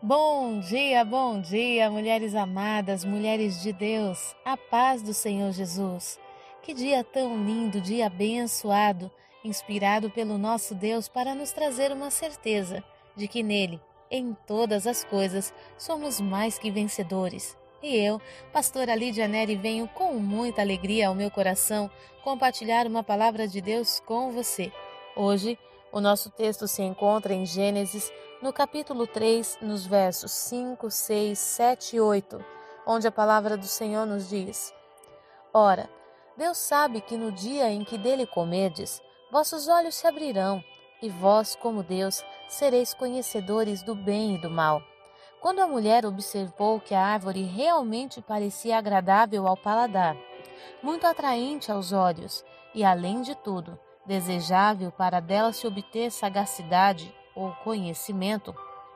Bom dia, mulheres amadas, mulheres de Deus, a paz do Senhor Jesus. Que dia tão lindo, dia abençoado, inspirado pelo nosso Deus para nos trazer uma certeza de que nele, em todas as coisas, somos mais que vencedores. E eu, pastora Lídia Neri, venho com muita alegria ao meu coração compartilhar uma palavra de Deus com você. Hoje, o nosso texto se encontra em Gênesis, no capítulo 3, nos versos 5, 6, 7 e 8, onde a palavra do Senhor nos diz: Ora, Deus sabe que no dia em que dele comerdes, vossos olhos se abrirão, e vós, como Deus, sereis conhecedores do bem e do mal. Quando a mulher observou que a árvore realmente parecia agradável ao paladar, muito atraente aos olhos e, além de tudo, desejável para dela se obter sagacidade ou conhecimento,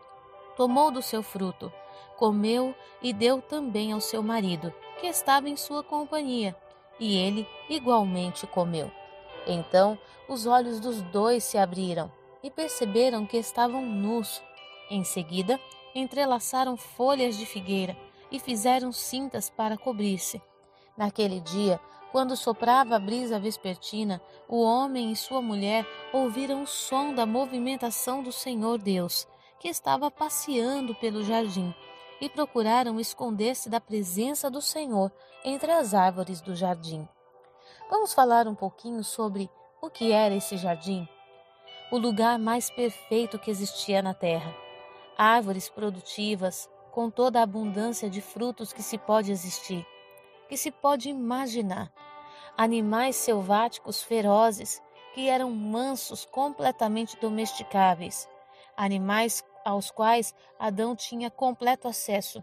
tomou do seu fruto, comeu e deu também ao seu marido, que estava em sua companhia, e ele igualmente comeu. Então os olhos dos dois se abriram e perceberam que estavam nus. Em seguida, entrelaçaram folhas de figueira e fizeram cintas para cobrir-se. Naquele dia, quando soprava a brisa vespertina, o homem e sua mulher ouviram o som da movimentação do Senhor Deus, que estava passeando pelo jardim, e procuraram esconder-se da presença do Senhor entre as árvores do jardim. Vamos falar um pouquinho sobre o que era esse jardim? O lugar mais perfeito que existia na terra. Árvores produtivas, com toda a abundância de frutos que se pode existir, que se pode imaginar. Animais selváticos ferozes, que eram mansos, completamente domesticáveis. Animais aos quais Adão tinha completo acesso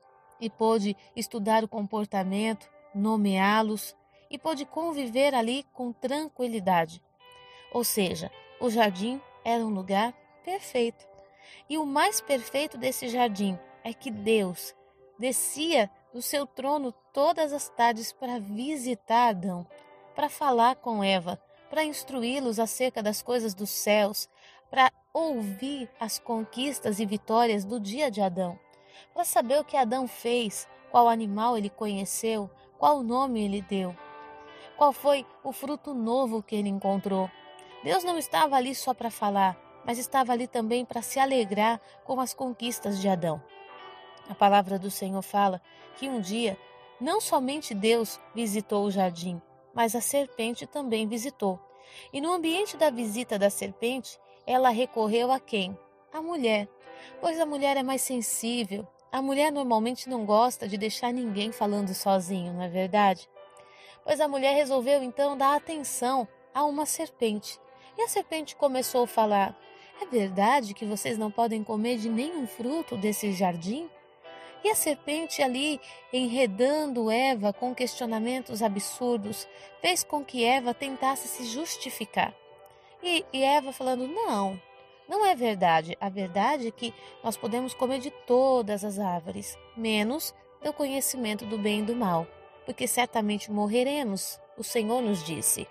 e pôde estudar o comportamento, nomeá-los e pôde conviver ali com tranquilidade. Ou seja, o jardim era um lugar perfeito. E o mais perfeito desse jardim é que Deus descia do seu trono todas as tardes para visitar Adão, para falar com Eva, para instruí-los acerca das coisas dos céus, para ouvir as conquistas e vitórias do dia de Adão, para saber o que Adão fez, qual animal ele conheceu, qual nome ele deu, qual foi o fruto novo que ele encontrou. Deus não estava ali só para falar, mas estava ali também para se alegrar com as conquistas de Adão. A palavra do Senhor fala que um dia não somente Deus visitou o jardim, mas a serpente também visitou. E no ambiente da visita da serpente, ela recorreu a quem? A mulher, pois a mulher é mais sensível. A mulher normalmente não gosta de deixar ninguém falando sozinho, não é verdade? Pois a mulher resolveu então dar atenção a uma serpente. E a serpente começou a falar: É verdade que vocês não podem comer de nenhum fruto desse jardim? E a serpente ali, enredando Eva com questionamentos absurdos, fez com que Eva tentasse se justificar. E Eva falando: Não, não é verdade. A verdade é que nós podemos comer de todas as árvores, menos do conhecimento do bem e do mal, porque certamente morreremos, o Senhor nos disse.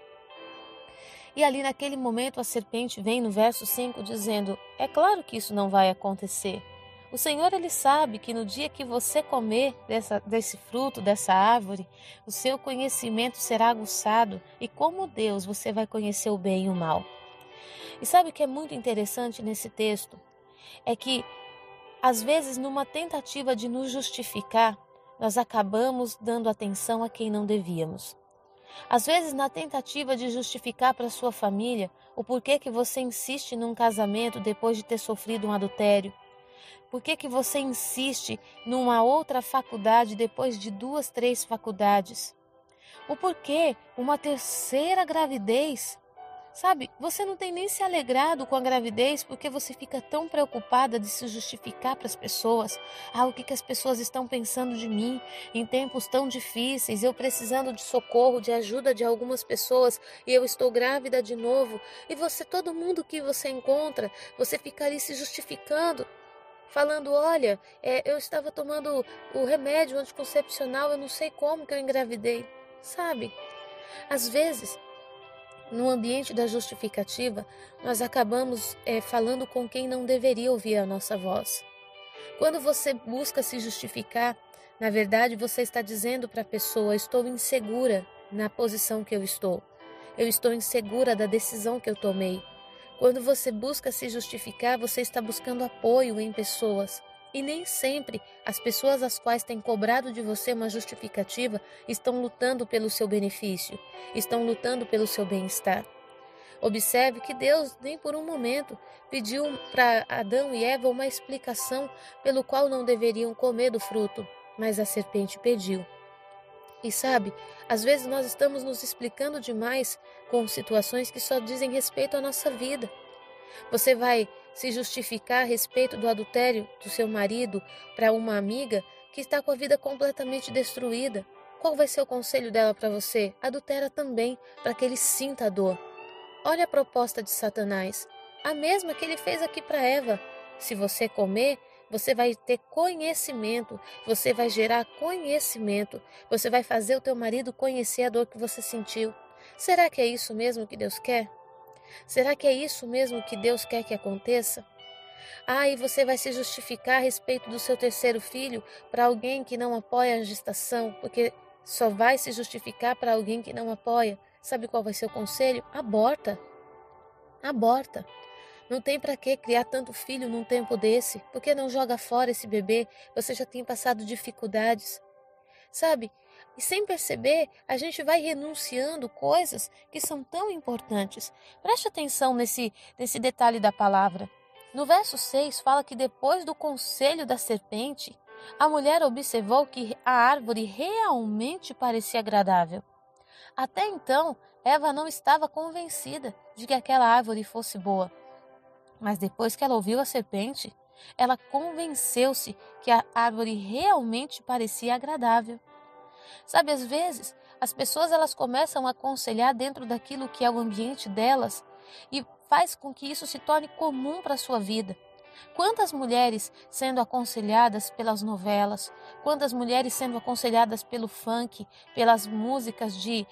E ali naquele momento a serpente vem no verso 5 dizendo: É claro que isso não vai acontecer. O Senhor, Ele sabe que no dia que você comer desse fruto, dessa árvore, o seu conhecimento será aguçado e como Deus você vai conhecer o bem e o mal. E sabe o que é muito interessante nesse texto? É que às vezes numa tentativa de nos justificar, nós acabamos dando atenção a quem não devíamos. Às vezes, na tentativa de justificar para sua família o porquê que você insiste num casamento depois de ter sofrido um adultério, por que você insiste numa outra faculdade depois de 2, 3 faculdades, o porquê uma terceira gravidez. Sabe, você não tem nem se alegrado com a gravidez porque você fica tão preocupada de se justificar para as pessoas. O que as pessoas estão pensando de mim em tempos tão difíceis, eu precisando de socorro, de ajuda de algumas pessoas e eu estou grávida de novo. E você, todo mundo que você encontra, você fica ali se justificando, falando: olha, eu estava tomando o remédio anticoncepcional, eu não sei como que eu engravidei. Sabe, às vezes no ambiente da justificativa, nós acabamos falando com quem não deveria ouvir a nossa voz. Quando você busca se justificar, na verdade você está dizendo para a pessoa: estou insegura na posição que eu estou insegura da decisão que eu tomei. Quando você busca se justificar, você está buscando apoio em pessoas. E nem sempre as pessoas às quais têm cobrado de você uma justificativa estão lutando pelo seu benefício, estão lutando pelo seu bem-estar. Observe que Deus nem por um momento pediu para Adão e Eva uma explicação pelo qual não deveriam comer do fruto, mas a serpente pediu. E sabe, às vezes nós estamos nos explicando demais com situações que só dizem respeito à nossa vida. Você vai se justificar a respeito do adultério do seu marido para uma amiga que está com a vida completamente destruída. Qual vai ser o conselho dela para você? Adultera também, para que ele sinta a dor. Olha a proposta de Satanás, a mesma que ele fez aqui para Eva. Se você comer, você vai ter conhecimento, você vai gerar conhecimento, você vai fazer o teu marido conhecer a dor que você sentiu. Será que é isso mesmo que Deus quer? Será que é isso mesmo que Deus quer que aconteça? E você vai se justificar a respeito do seu terceiro filho para alguém que não apoia a gestação, porque só vai se justificar para alguém que não apoia. Sabe qual vai ser o conselho? Aborta. Aborta. Não tem para que criar tanto filho num tempo desse. Por que não joga fora esse bebê? Você já tem passado dificuldades. Sabe? E sem perceber, a gente vai renunciando coisas que são tão importantes. Preste atenção nesse detalhe da palavra. No verso 6 fala que depois do conselho da serpente, a mulher observou que a árvore realmente parecia agradável. Até então, Eva não estava convencida de que aquela árvore fosse boa. Mas depois que ela ouviu a serpente, ela convenceu-se que a árvore realmente parecia agradável. Sabe, às vezes, as pessoas elas começam a aconselhar dentro daquilo que é o ambiente delas e faz com que isso se torne comum para a sua vida. Quantas mulheres sendo aconselhadas pelas novelas, quantas mulheres sendo aconselhadas pelo funk, pelas músicas de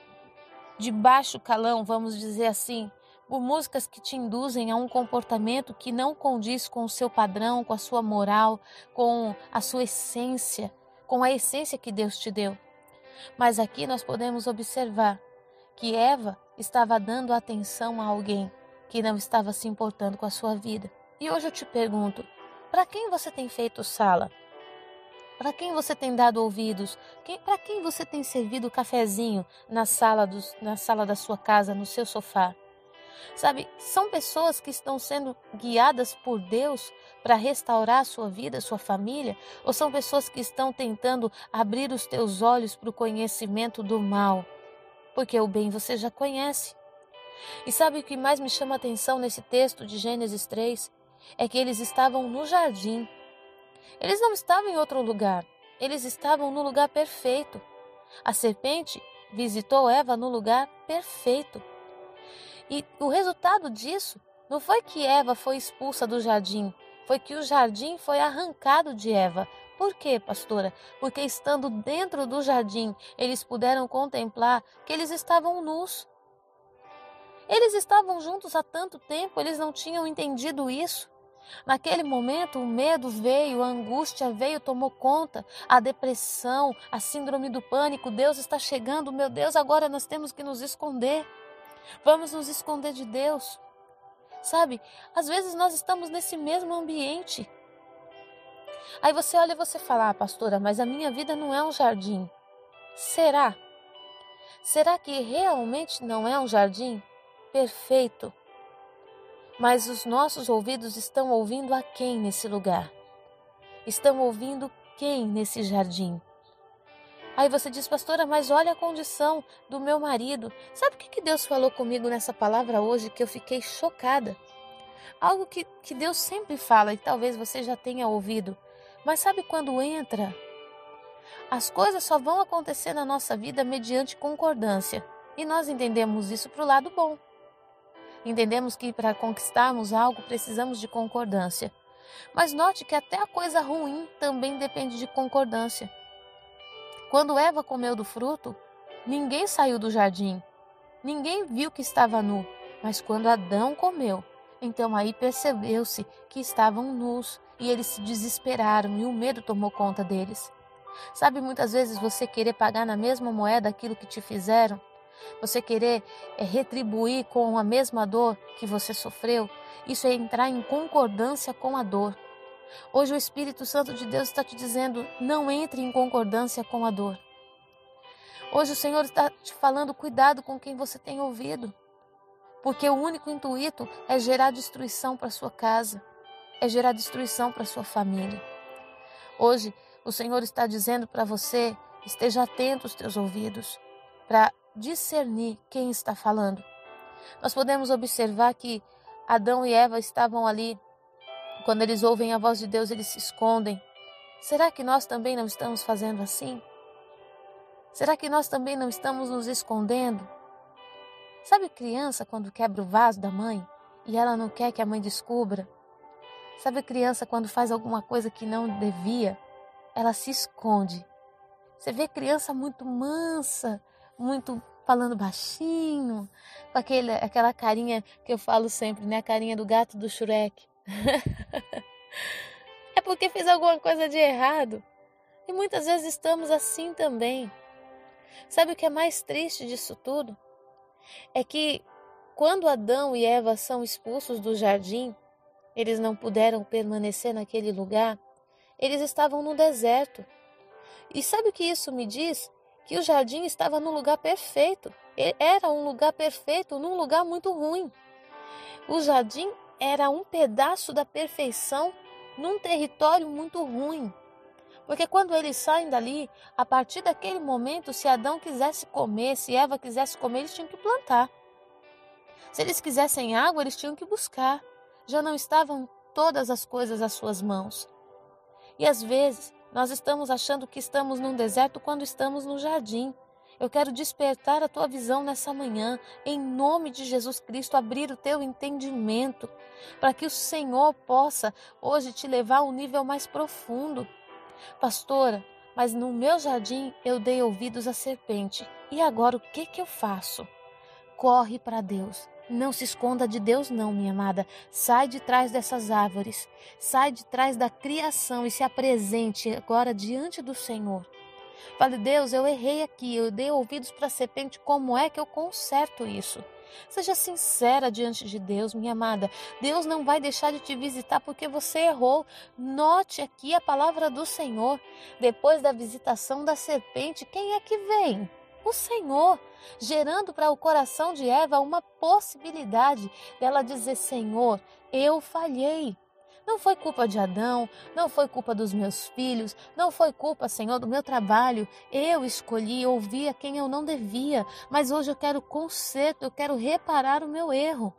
baixo calão, vamos dizer assim, por músicas que te induzem a um comportamento que não condiz com o seu padrão, com a sua moral, com a sua essência, com a essência que Deus te deu. Mas aqui nós podemos observar que Eva estava dando atenção a alguém que não estava se importando com a sua vida. E hoje eu te pergunto, para quem você tem feito sala? Para quem você tem dado ouvidos? Para quem você tem servido cafezinho na sala da sua casa, no seu sofá? Sabe, são pessoas que estão sendo guiadas por Deus para restaurar a sua vida, a sua família? Ou são pessoas que estão tentando abrir os teus olhos para o conhecimento do mal? Porque o bem você já conhece. E sabe o que mais me chama a atenção nesse texto de Gênesis 3? É que eles estavam no jardim. Eles não estavam em outro lugar. Eles estavam no lugar perfeito. A serpente visitou Eva no lugar perfeito. E o resultado disso não foi que Eva foi expulsa do jardim, foi que o jardim foi arrancado de Eva. Por quê, pastora? Porque estando dentro do jardim, eles puderam contemplar que eles estavam nus. Eles estavam juntos há tanto tempo, eles não tinham entendido isso. Naquele momento, o medo veio, a angústia veio, tomou conta, a depressão, a síndrome do pânico. Deus está chegando, meu Deus, agora nós temos que nos esconder. Vamos nos esconder de Deus. Sabe, às vezes nós estamos nesse mesmo ambiente. Aí você olha e você fala, pastora, mas a minha vida não é um jardim. Será? Será que realmente não é um jardim perfeito? Mas os nossos ouvidos estão ouvindo a quem nesse lugar? Estão ouvindo quem nesse jardim? Aí você diz, pastora, mas olha a condição do meu marido. Sabe o que Deus falou comigo nessa palavra hoje que eu fiquei chocada? Algo que Deus sempre fala e talvez você já tenha ouvido. Mas sabe quando entra? As coisas só vão acontecer na nossa vida mediante concordância. E nós entendemos isso para o lado bom. Entendemos que para conquistarmos algo precisamos de concordância. Mas note que até a coisa ruim também depende de concordância. Quando Eva comeu do fruto, ninguém saiu do jardim. Ninguém viu que estava nu. Mas quando Adão comeu, então aí percebeu-se que estavam nus e eles se desesperaram e o medo tomou conta deles. Sabe, muitas vezes você querer pagar na mesma moeda aquilo que te fizeram, você querer retribuir com a mesma dor que você sofreu, isso é entrar em concordância com a dor. Hoje o Espírito Santo de Deus está te dizendo, não entre em concordância com a dor. Hoje o Senhor está te falando, cuidado com quem você tem ouvido, porque o único intuito é gerar destruição para sua casa, é gerar destruição para sua família. Hoje o Senhor está dizendo para você, esteja atento aos teus ouvidos, para discernir quem está falando. Nós podemos observar que Adão e Eva estavam ali, quando eles ouvem a voz de Deus, eles se escondem. Será que nós também não estamos fazendo assim? Será que nós também não estamos nos escondendo? Sabe criança quando quebra o vaso da mãe e ela não quer que a mãe descubra? Sabe criança quando faz alguma coisa que não devia? Ela se esconde. Você vê criança muito mansa, muito falando baixinho, com aquela carinha que eu falo sempre, né? A carinha do gato do Shrek. É porque fez alguma coisa de errado. E muitas vezes estamos assim também. Sabe o que é mais triste disso tudo? É que quando Adão e Eva são expulsos do jardim, eles não puderam permanecer naquele lugar, eles estavam no deserto. E sabe o que isso me diz? Que o jardim estava num lugar perfeito. Era um lugar perfeito, num lugar muito ruim. O jardim era um pedaço da perfeição num território muito ruim. Porque quando eles saem dali, a partir daquele momento, se Adão quisesse comer, se Eva quisesse comer, eles tinham que plantar. Se eles quisessem água, eles tinham que buscar. Já não estavam todas as coisas às suas mãos. E às vezes, nós estamos achando que estamos num deserto quando estamos no jardim. Eu quero despertar a tua visão nessa manhã, em nome de Jesus Cristo, abrir o teu entendimento, para que o Senhor possa hoje te levar a um nível mais profundo. Pastora, mas no meu jardim eu dei ouvidos à serpente. E agora o que eu faço? Corre para Deus. Não se esconda de Deus não, minha amada. Sai de trás dessas árvores. Sai de trás da criação e se apresente agora diante do Senhor. Fale, Deus, eu errei aqui, eu dei ouvidos para a serpente, como é que eu conserto isso? Seja sincera diante de Deus, minha amada. Deus não vai deixar de te visitar porque você errou. Note aqui a palavra do Senhor. Depois da visitação da serpente, quem é que vem? O Senhor, gerando para o coração de Eva uma possibilidade dela dizer, Senhor, eu falhei. Não foi culpa de Adão, não foi culpa dos meus filhos, não foi culpa, Senhor, do meu trabalho. Eu escolhi ouvir a quem eu não devia, mas hoje eu quero conserto, eu quero reparar o meu erro.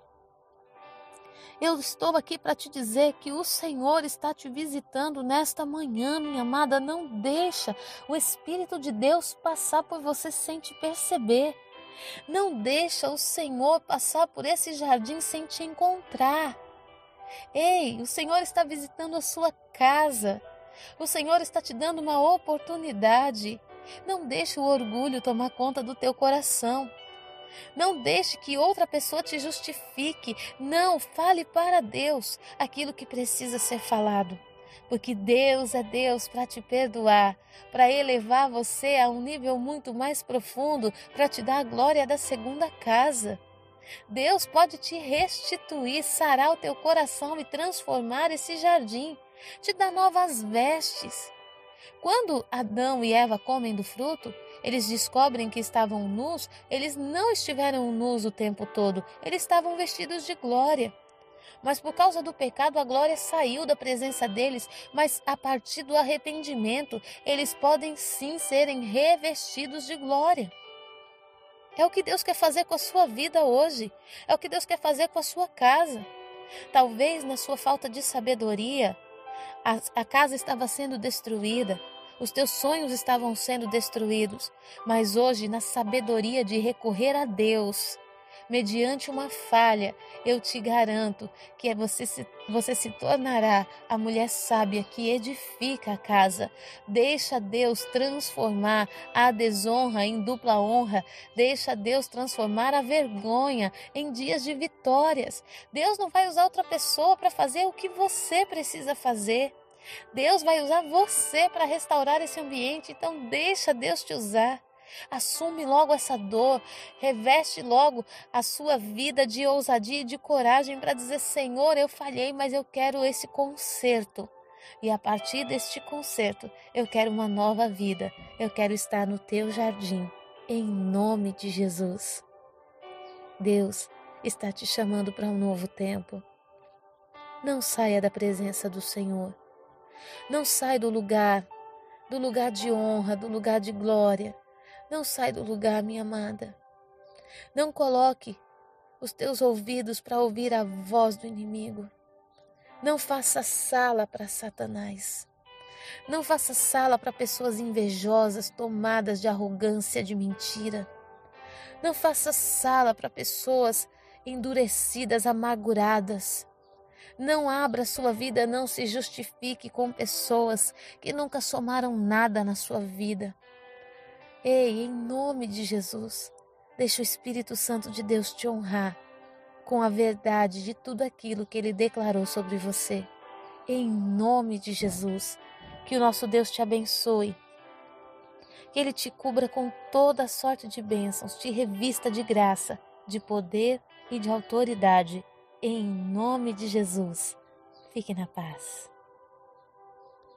Eu estou aqui para te dizer que o Senhor está te visitando nesta manhã, minha amada. Não deixa o Espírito de Deus passar por você sem te perceber. Não deixa o Senhor passar por esse jardim sem te encontrar. Ei, o Senhor está visitando a sua casa. O Senhor está te dando uma oportunidade. Não deixe o orgulho tomar conta do teu coração. Não deixe que outra pessoa te justifique. Não, fale para Deus aquilo que precisa ser falado. Porque Deus é Deus para te perdoar, para elevar você a um nível muito mais profundo, para te dar a glória da segunda casa. Deus pode te restituir, sarar o teu coração e transformar esse jardim, te dar novas vestes. Quando Adão e Eva comem do fruto, eles descobrem que estavam nus, eles não estiveram nus o tempo todo, eles estavam vestidos de glória. Mas por causa do pecado, a glória saiu da presença deles, mas a partir do arrependimento, eles podem sim serem revestidos de glória. É o que Deus quer fazer com a sua vida hoje. É o que Deus quer fazer com a sua casa. Talvez na sua falta de sabedoria, a casa estava sendo destruída. Os teus sonhos estavam sendo destruídos. Mas hoje, na sabedoria de recorrer a Deus, mediante uma falha, eu te garanto que você se tornará a mulher sábia que edifica a casa. Deixa Deus transformar a desonra em dupla honra. Deixa Deus transformar a vergonha em dias de vitórias. Deus não vai usar outra pessoa para fazer o que você precisa fazer. Deus vai usar você para restaurar esse ambiente, então deixa Deus te usar. Assume logo essa dor, reveste logo a sua vida de ousadia e de coragem para dizer: Senhor, eu falhei, mas eu quero esse conserto. E a partir deste conserto, eu quero uma nova vida, eu quero estar no teu jardim, em nome de Jesus. Deus está te chamando para um novo tempo. Não saia da presença do Senhor. Não sai do lugar de honra, do lugar de glória. Não sai do lugar, minha amada. Não coloque os teus ouvidos para ouvir a voz do inimigo. Não faça sala para Satanás. Não faça sala para pessoas invejosas, tomadas de arrogância, de mentira. Não faça sala para pessoas endurecidas, amarguradas. Não abra sua vida, não se justifique com pessoas que nunca somaram nada na sua vida. Ei, em nome de Jesus, deixa o Espírito Santo de Deus te honrar com a verdade de tudo aquilo que Ele declarou sobre você. Em nome de Jesus, que o nosso Deus te abençoe, que Ele te cubra com toda a sorte de bênçãos, te revista de graça, de poder e de autoridade. Em nome de Jesus, fique na paz.